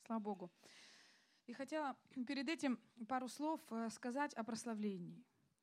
Слава Богу. И хотела перед этим пару слов сказать о прославлении.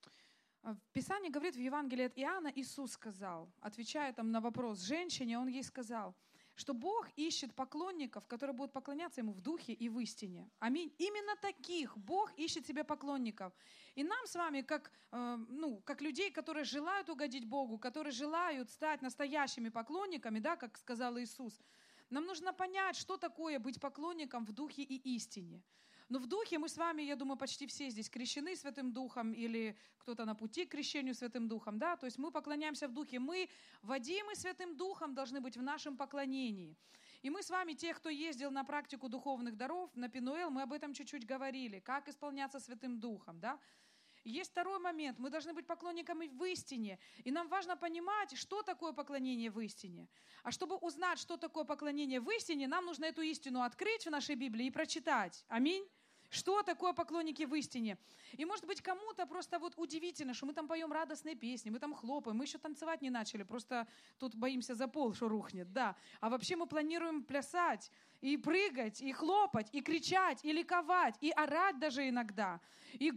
Писание говорит в Евангелии от Иоанна, Иисус сказал, отвечая там на вопрос женщине, Он ей сказал, что Бог ищет поклонников, которые будут поклоняться Ему в духе и в истине. Аминь. Именно таких Бог ищет себе поклонников. И нам с вами, как людей, которые желают угодить Богу, которые желают стать настоящими поклонниками, да, как сказал Иисус, нам нужно понять, что такое быть поклонником в духе и истине. Но в духе мы с вами, я думаю, почти все здесь крещены Святым Духом или кто-то на пути к крещению Святым Духом. Да? То есть мы поклоняемся в духе. Мы, водимы Святым Духом, должны быть в нашем поклонении. И мы с вами, те, кто ездил на практику духовных даров, на Пенуэл, мы об этом чуть-чуть говорили, как исполняться Святым Духом. Да? Есть второй момент. Мы должны быть поклонниками в истине. И нам важно понимать, что такое поклонение в истине. А чтобы узнать, что такое поклонение в истине, нам нужно эту истину открыть в нашей Библии и прочитать. Аминь. Что такое поклонники в истине? И может быть кому-то просто вот удивительно, что мы там поем радостные песни, мы там хлопаем, мы еще танцевать не начали, просто тут боимся за пол, что рухнет, да. А вообще мы планируем плясать, и прыгать, и хлопать, и кричать, и ликовать, и орать даже иногда, и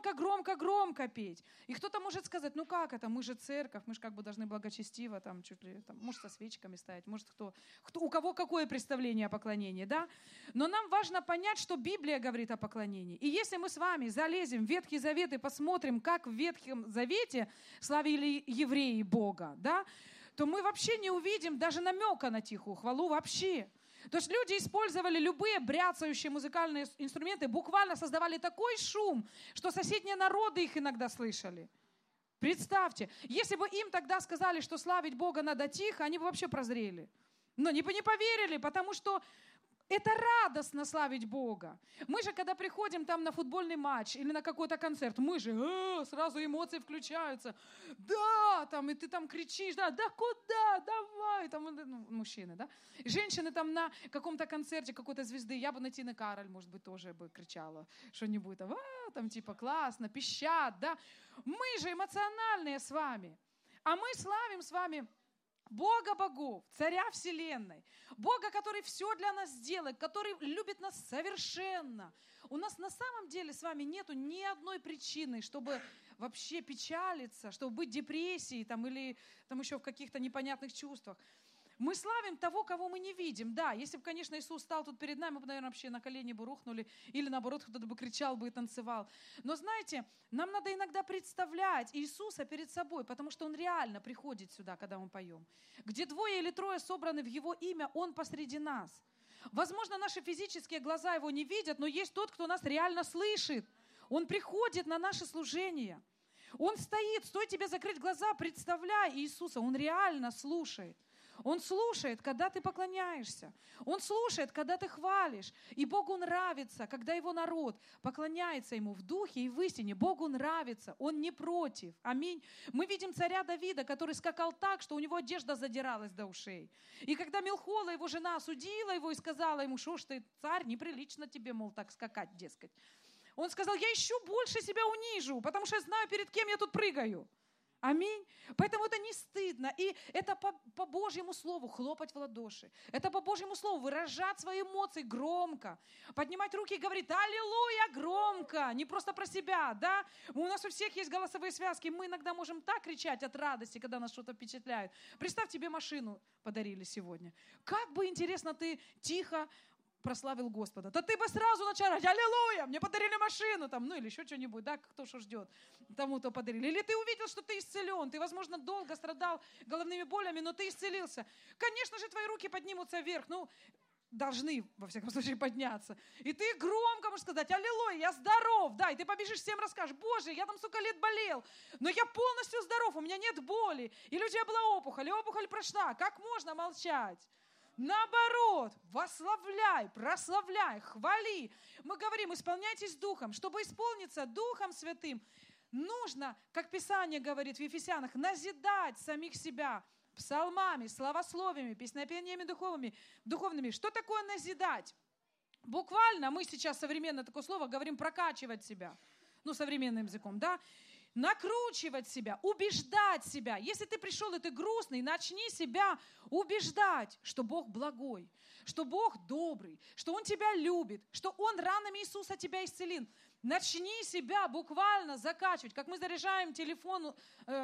громко петь. И кто-то может сказать, ну как это, мы же церковь, мы же как бы должны благочестиво, там, чуть ли, там, может со свечками стоять, может у кого какое представление о поклонении, да? Но нам важно понять, что Библия говорит о поклонении. И если мы с вами залезем в Ветхий Завет и посмотрим, как в Ветхом Завете славили евреи Бога, да, то мы вообще не увидим даже намека на тихую хвалу вообще. То есть люди использовали любые бряцающие музыкальные инструменты, буквально создавали такой шум, что соседние народы их иногда слышали. Представьте, если бы им тогда сказали, что славить Бога надо тихо, они бы вообще прозрели. Но они бы не поверили, потому что это радостно славить Бога. Мы же, когда приходим там на футбольный матч или на какой-то концерт, мы же сразу эмоции включаются. Да, там, и ты там кричишь, да куда, давай, там, мужчины, да. И женщины там на каком-то концерте какой-то звезды, я бы на Тины Кароль, может быть, тоже бы кричала что-нибудь, там типа классно, пищат, да. Мы же эмоциональные с вами. А мы славим с вами Бога богов, царя вселенной, Бога, который все для нас делает, который любит нас совершенно. У нас на самом деле с вами нету ни одной причины, чтобы вообще печалиться, чтобы быть в депрессии там, или там еще в каких-то непонятных чувствах. Мы славим того, кого мы не видим. Да, если бы, конечно, Иисус стал тут перед нами, мы бы, наверное, вообще на колени бы рухнули, или наоборот, кто-то бы кричал бы и танцевал. Но знаете, нам надо иногда представлять Иисуса перед собой, потому что Он реально приходит сюда, когда мы поем. Где 2 или 3 собраны в Его имя, Он посреди нас. Возможно, наши физические глаза Его не видят, но есть тот, кто нас реально слышит. Он приходит на наше служение. Он стоит, стоит тебе закрыть глаза, представляй Иисуса, Он реально слушает. Он слушает, когда ты поклоняешься. Он слушает, когда ты хвалишь. И Богу нравится, когда Его народ поклоняется Ему в духе и в истине. Богу нравится, Он не против. Аминь. Мы видим царя Давида, который скакал так, что у него одежда задиралась до ушей. И когда Милхола, его жена, осудила его и сказала ему, что ж ты, царь, неприлично тебе, мол, так скакать, дескать. Он сказал, я еще больше себя унижу, потому что я знаю, перед кем я тут прыгаю. Аминь. Поэтому это не стыдно. И это по Божьему слову хлопать в ладоши. Это по Божьему слову выражать свои эмоции громко. Поднимать руки и говорить «Аллилуйя» громко. Не просто про себя, да? У нас у всех есть голосовые связки. Мы иногда можем так кричать от радости, когда нас что-то впечатляет. Представь, тебе машину подарили сегодня. Как бы интересно ты тихо прославил Господа. Да ты бы сразу начал орать, аллилуйя, мне подарили машину, там, ну или еще что-нибудь, да, кто что ждет, тому-то подарили. Или ты увидел, что ты исцелен, ты, возможно, долго страдал головными болями, но ты исцелился. Конечно же, твои руки поднимутся вверх, ну, должны, во всяком случае, подняться. И ты громко можешь сказать, аллилуйя, я здоров, да, и ты побежишь всем расскажешь, Боже, я там, сука, лет болел, но я полностью здоров, у меня нет боли, или у тебя была опухоль, и опухоль прошла, как можно молчать? Наоборот, восславляй, прославляй, хвали. Мы говорим, исполняйтесь Духом. Чтобы исполниться Духом Святым, нужно, как Писание говорит в Ефесянах, назидать самих себя псалмами, славословиями, песнопениями духовными. Что такое назидать? Буквально, мы сейчас современное такое слово говорим, прокачивать себя. Ну, современным языком, да? накручивать себя, убеждать себя. Если ты пришел и ты грустный, начни себя убеждать, что Бог благой, что Бог добрый, что Он тебя любит, что Он ранами Иисуса тебя исцелил. Начни себя буквально закачивать. Как мы заряжаем телефон,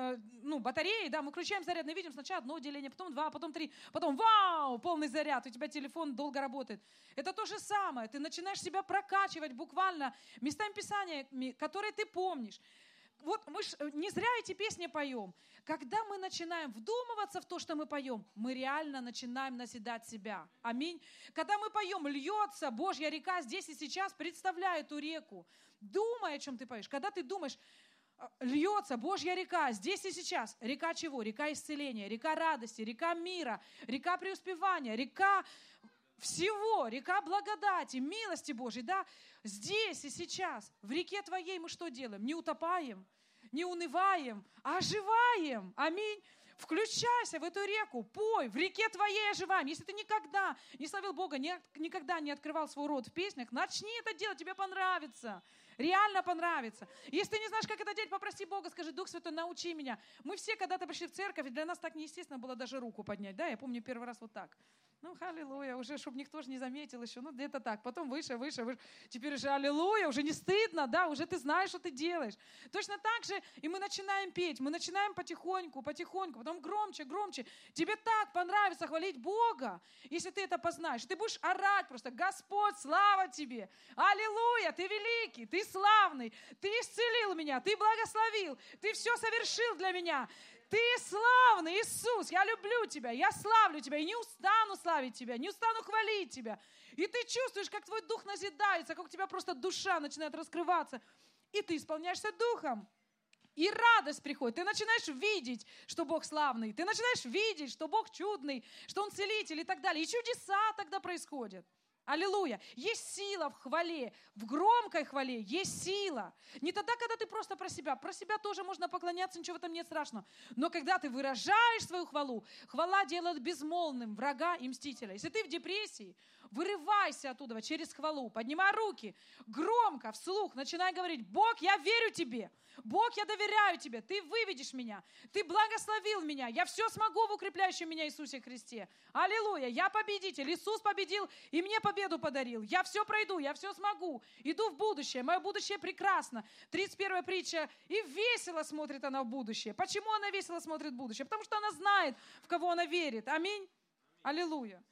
батареи, да, мы включаем зарядный, видим сначала одно деление, потом два, потом три, потом вау, полный заряд, у тебя телефон долго работает. Это то же самое. Ты начинаешь себя прокачивать буквально местами Писания, которые ты помнишь. Вот мы не зря эти песни поем. Когда мы начинаем вдумываться в то, что мы поем, мы реально начинаем назидать себя. Аминь. Когда мы поем «Льется Божья река здесь и сейчас», представляй эту реку. Думай, о чем ты поешь. Когда ты думаешь «Льется Божья река здесь и сейчас», река чего? Река исцеления, река радости, река мира, река преуспевания, река всего, река благодати, милости Божьей, да, здесь и сейчас, в реке твоей мы что делаем? Не утопаем, не унываем, а оживаем. Аминь. Включайся в эту реку, пой, в реке твоей оживаем. Если ты никогда не славил Бога, никогда не открывал свой рот в песнях, начни это делать, тебе понравится. Реально понравится. Если ты не знаешь, как это делать, попроси Бога, скажи: Дух Святой, научи меня. Мы все когда-то пришли в церковь, и для нас так неестественно было даже руку поднять. Да, я помню первый раз вот так. Аллилуйя, уже, чтобы никто же не заметил еще, где-то так. Потом выше. Теперь уже аллилуйя, уже не стыдно, да, уже ты знаешь, что ты делаешь. Точно так же и мы начинаем петь, мы начинаем потихоньку, потом громче. Тебе так понравится хвалить Бога, если ты это познаешь. Ты будешь орать просто: Господь, слава Тебе, аллилуйя, Ты великий, Ты славный, Ты исцелил меня, Ты благословил, Ты все совершил для меня. Ты славный, Иисус, я люблю Тебя, я славлю Тебя, и не устану славить Тебя, не устану хвалить Тебя. И ты чувствуешь, как твой дух назидается, как у тебя просто душа начинает раскрываться, и ты исполняешься духом. И радость приходит, ты начинаешь видеть, что Бог славный, ты начинаешь видеть, что Бог чудный, что Он целитель и так далее. И чудеса тогда происходят. Аллилуйя. Есть сила в хвале, в громкой хвале есть сила. Не тогда, когда ты просто про себя тоже можно поклоняться, ничего в этом нет страшного. Но когда ты выражаешь свою хвалу, хвала делает безмолвным врага и мстителя. Если ты в депрессии, вырывайся оттуда через хвалу, поднимай руки, громко, вслух, начинай говорить: Бог, я верю Тебе, Бог, я доверяю Тебе, Ты выведешь меня, Ты благословил меня, я все смогу в укрепляющем меня Иисусе Христе. Аллилуйя, я победитель, Иисус победил и мне победу подарил. Я все пройду, я все смогу, иду в будущее, мое будущее прекрасно. 31 притча: и весело смотрит она в будущее. Почему она весело смотрит в будущее? Потому что она знает, в кого она верит. Аминь. Аллилуйя.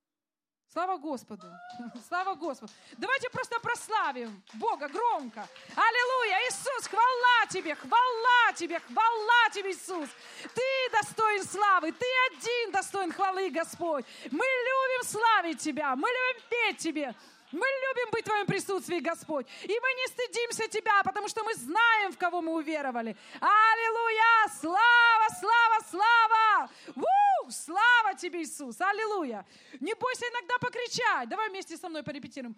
Слава Господу! Слава Господу! Давайте просто прославим Бога громко. Аллилуйя! Иисус, хвала Тебе, хвала Тебе, хвала Тебе, Иисус! Ты достоин славы, Ты один достоин хвалы, Господь! Мы любим славить Тебя, мы любим петь Тебе. Мы любим быть в Твоем присутствии, Господь. И мы не стыдимся Тебя, потому что мы знаем, в кого мы уверовали. Аллилуйя! Слава, слава, слава! Слава Тебе, Иисус! Аллилуйя! Не бойся иногда покричать. Давай вместе со мной порепетируем.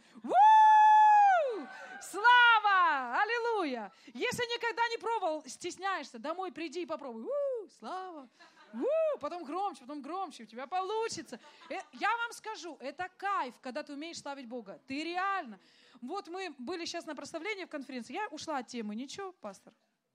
Слава! Аллилуйя! Если никогда не пробовал, стесняешься, домой приди и попробуй. Слава! Потом громче, у тебя получится. Я вам скажу, это кайф, когда ты умеешь славить Бога. Ты реально. Вот мы были сейчас на прославлении в конференции. Я ушла от темы. Ничего, пастор?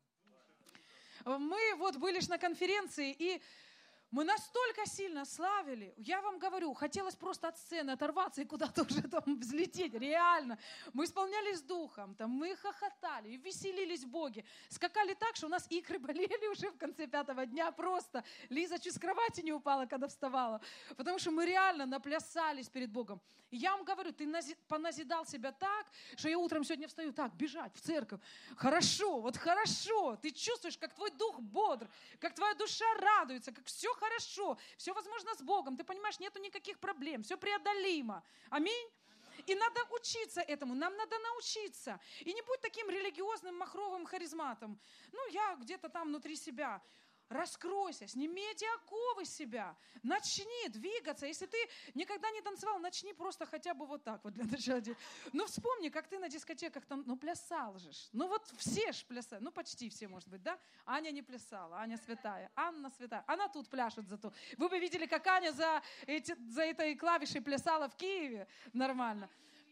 Мы вот были на конференции, и мы настолько сильно славили, я вам говорю, хотелось просто от сцены оторваться и куда-то уже там взлететь, реально. Мы исполнялись духом, там, мы хохотали и веселились в Боге. Скакали так, что у нас икры болели уже в конце 5-го дня просто. Лиза чуть с кровати не упала, когда вставала, потому что мы реально наплясались перед Богом. И я вам говорю, ты поназидал себя так, что я утром сегодня встаю так, бежать в церковь. Хорошо, вот хорошо, ты чувствуешь, как твой дух бодр, как твоя душа радуется, как все хорошо, все возможно с Богом. Ты понимаешь, нету никаких проблем, все преодолимо. Аминь. И надо учиться этому, нам надо научиться. И не будь таким религиозным, махровым харизматом. Я где-то там внутри себя. Раскройся, сними эти оковы с себя, начни двигаться. Если ты никогда не танцевал, начни просто хотя бы вот так вот для начала. Вспомни, как ты на дискотеках там, плясал же. Все ж плясали, почти все, может быть, да? Аня не плясала, Аня святая, Анна святая. Она тут пляшет зато. Вы бы видели, как Аня за этой клавишей плясала в Киеве. Нормально.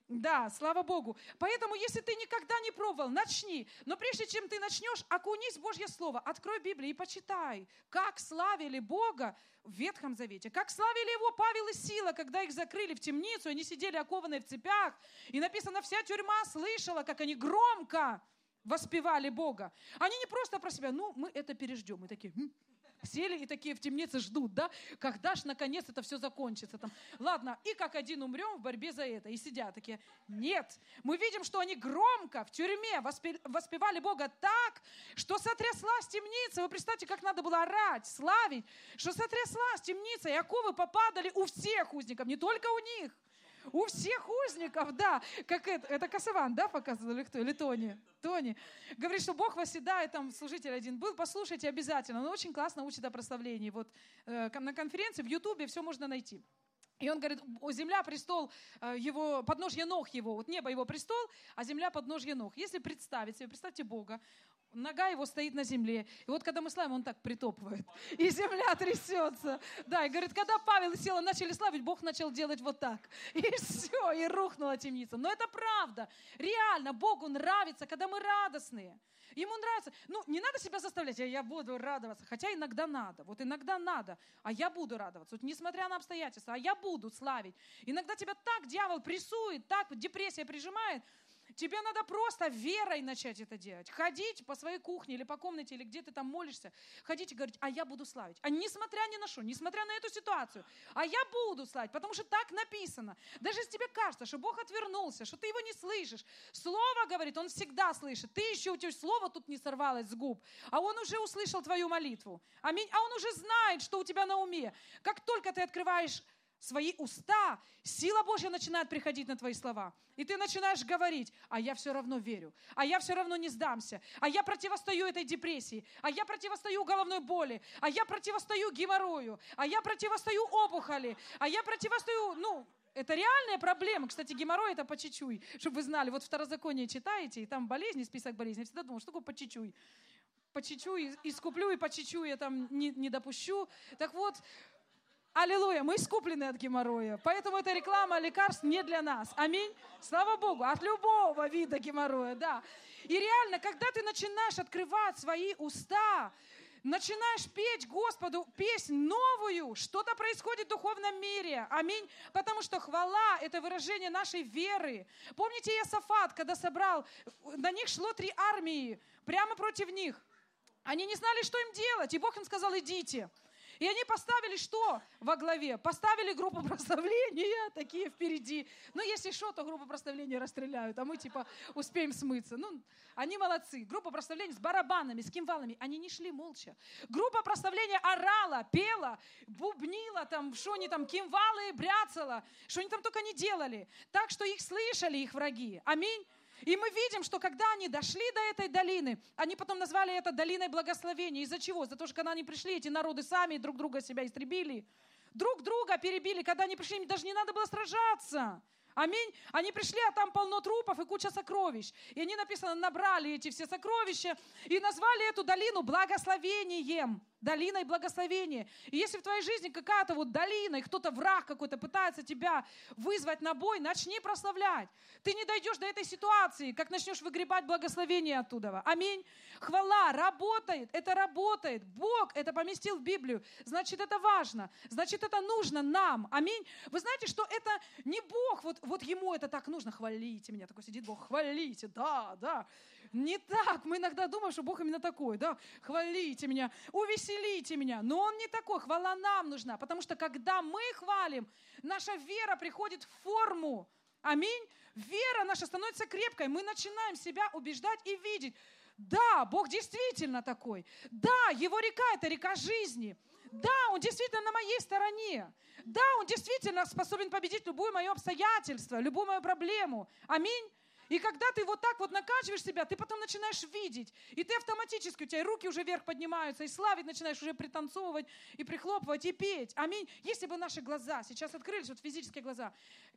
Да, слава Богу. Поэтому, если ты никогда не пробовал, начни. Но прежде чем ты начнешь, окунись в Божье Слово, открой Библию и почитай, как славили Бога в Ветхом Завете, как славили Его Павел и Сила, когда их закрыли в темницу, они сидели окованные в цепях, и написано, вся тюрьма слышала, как они громко воспевали Бога. Они не просто про себя, мы это переждем. Мы такие, сели и такие в темнице ждут, да, когда ж наконец это все закончится. Там. Ладно, и как один умрем в борьбе за это. И сидят такие, нет. Мы видим, что они громко в тюрьме воспевали Бога так, что сотряслась темница. Вы представьте, как надо было орать, славить, что сотряслась темница, и оковы попадали у всех узников, не только у них. У всех узников, да, как это Косован, да, показывал, или кто, или Тони. Говорит, что Бог восседает, там служитель один был, послушайте обязательно, он очень классно учит о прославлении. Вот на конференции в Ютубе все можно найти. И он говорит, земля, престол его, подножье ног его, вот небо его престол, а земля подножье ног. Если представить себе, представьте Бога, нога его стоит на земле. И вот когда мы славим, он так притопывает. И земля трясется. Да, и говорит, когда Павел и Сила начали славить, Бог начал делать вот так. И все, и рухнула темница. Но это правда. Реально, Богу нравится, когда мы радостные. Ему нравится. Не надо себя заставлять, я буду радоваться. Хотя иногда надо. Вот иногда надо. А я буду радоваться. Вот несмотря на обстоятельства, а я буду славить. Иногда тебя так дьявол прессует, так депрессия прижимает. Тебе надо просто верой начать это делать. Ходить по своей кухне или по комнате, или где ты там молишься, ходить и говорить, а я буду славить. А несмотря ни на что, несмотря на эту ситуацию, а я буду славить, потому что так написано. Даже если тебе кажется, что Бог отвернулся, что ты его не слышишь, Слово говорит, Он всегда слышит. Ты еще, у тебя слово тут не сорвалось с губ, а Он уже услышал твою молитву. Аминь. А Он уже знает, что у тебя на уме. Как только ты открываешь свои уста, сила Божья начинает приходить на твои слова. И ты начинаешь говорить, а я все равно верю, а я все равно не сдамся, а я противостою этой депрессии, а я противостою головной боли, а я противостою геморрою, а я противостою опухоли, а я противостою, это реальная проблема. Кстати, геморрой это по чуть-чуть, чтобы вы знали. Вот Второзаконие читаете, и там болезни, список болезней. Я всегда думала, что такое по чуть-чуть? По чуть-чуть искуплю, и по чуть-чуть я там не допущу. Так вот, аллилуйя, мы искуплены от геморроя, поэтому эта реклама лекарств не для нас. Аминь. Слава Богу, от любого вида геморроя, да. И реально, когда ты начинаешь открывать свои уста, начинаешь петь Господу песнь новую, что-то происходит в духовном мире. Аминь. Потому что хвала – это выражение нашей веры. Помните Иосафат, когда собрал, на них шло 3 армии, прямо против них. Они не знали, что им делать, и Бог им сказал, идите. И они поставили что во главе? Поставили группу прославления, такие впереди. Если что, то группу прославления расстреляют, а мы успеем смыться. Они молодцы. Группа прославления с барабанами, с кимвалами. Они не шли молча. Группа прославления орала, пела, бубнила, что они там, кимвалы бряцала, что они там только не делали. Так что их слышали их враги. Аминь. И мы видим, что когда они дошли до этой долины, они потом назвали это долиной благословения. Из-за чего? За то, что когда они пришли, эти народы сами друг друга себя истребили. Друг друга перебили. Когда они пришли, им даже не надо было сражаться. Аминь. Они пришли, а там полно трупов и куча сокровищ. И они, написано, набрали эти все сокровища и назвали эту долину благословением. Долиной благословения. И если в твоей жизни какая-то долина, и кто-то, враг какой-то пытается тебя вызвать на бой, начни прославлять. Ты не дойдешь до этой ситуации, как начнешь выгребать благословение оттуда. Аминь. Хвала работает, это работает. Бог это поместил в Библию. Значит, это важно. Значит, это нужно нам. Аминь. Вы знаете, что это не Бог, вот ему это так нужно. Хвалите меня. Такой сидит Бог, хвалите. Да. Не так. Мы иногда думаем, что Бог именно такой. Да? Хвалите меня, увеселите меня. Но Он не такой. Хвала нам нужна. Потому что когда мы хвалим, наша вера приходит в форму. Аминь. Вера наша становится крепкой. Мы начинаем себя убеждать и видеть. Да, Бог действительно такой. Да, Его река – это река жизни. Да, Он действительно на моей стороне. Да, Он действительно способен победить любое мое обстоятельство, любую мою проблему. Аминь. И когда ты вот так вот накачиваешь себя, ты потом начинаешь видеть. И ты автоматически, у тебя руки уже вверх поднимаются, и славить начинаешь уже пританцовывать, и прихлопывать, и петь. Аминь. Если бы наши глаза сейчас открылись, вот физические глаза,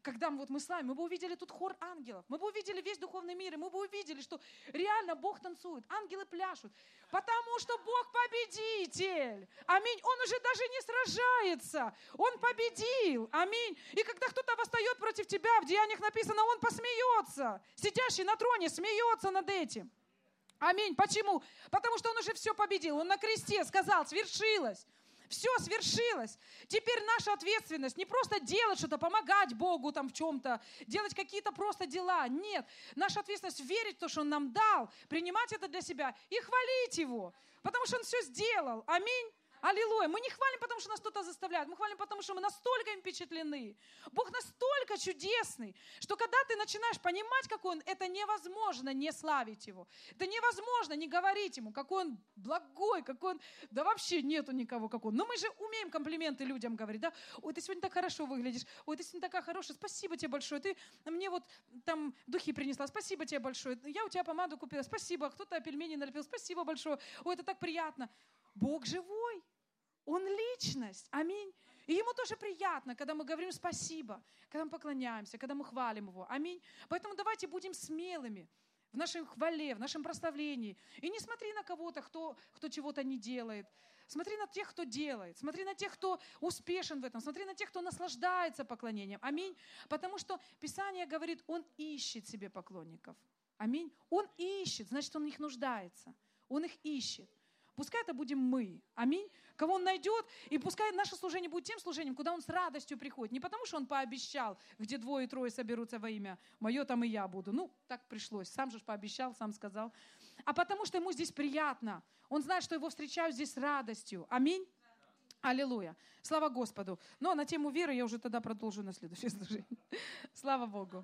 когда вот мы с вами, мы бы увидели тут хор ангелов, мы бы увидели весь духовный мир, и мы бы увидели, что реально Бог танцует, ангелы пляшут, потому что Бог победитель. Аминь. Он уже даже не сражается, Он победил. Аминь. И когда кто-то восстает против тебя, в Деяниях написано, Он посмеется. Сидящий на троне смеется над этим. Аминь. Почему? Потому что Он уже все победил. Он на кресте сказал, свершилось. Все свершилось. Теперь наша ответственность не просто делать что-то, помогать Богу там в чем-то, делать какие-то просто дела. Нет. Наша ответственность верить в то, что Он нам дал, принимать это для себя и хвалить Его. Потому что Он все сделал. Аминь. Аллилуйя. Мы не хвалим, потому что нас кто-то заставляет. Мы хвалим, потому что мы настолько им впечатлены. Бог настолько чудесный, что когда ты начинаешь понимать, какой Он, это невозможно не славить Его. Это невозможно не говорить Ему, какой Он благой, какой Он... Да вообще нету никого, как Он. Но мы же умеем комплименты людям говорить. Да? Ой, ты сегодня так хорошо выглядишь. Ой, ты сегодня такая хорошая. Спасибо тебе большое. Ты мне вот там духи принесла. Спасибо тебе большое. Я у тебя помаду купила. Спасибо. Кто-то пельмени налепил. Спасибо большое. Ой, это так приятно. Бог живой. Он личность. Аминь. И Ему тоже приятно, когда мы говорим спасибо, когда мы поклоняемся, когда мы хвалим Его. Аминь. Поэтому давайте будем смелыми в нашей хвале, в нашем прославлении. И не смотри на кого-то, кто чего-то не делает. Смотри на тех, кто делает. Смотри на тех, кто успешен в этом. Смотри на тех, кто наслаждается поклонением. Аминь. Потому что Писание говорит, Он ищет себе поклонников. Аминь. Он ищет, значит, Он в них нуждается. Он их ищет. Пускай это будем мы. Аминь. Кого Он найдет, и пускай наше служение будет тем служением, куда Он с радостью приходит. Не потому, что Он пообещал, где 2 и 3 соберутся во имя Мое, там и я буду. Ну, так пришлось. Сам же пообещал, сам сказал. А потому, что Ему здесь приятно. Он знает, что Его встречают здесь с радостью. Аминь. Аллилуйя. Слава Господу. Но на тему веры я уже тогда продолжу на следующее служение. Слава Богу.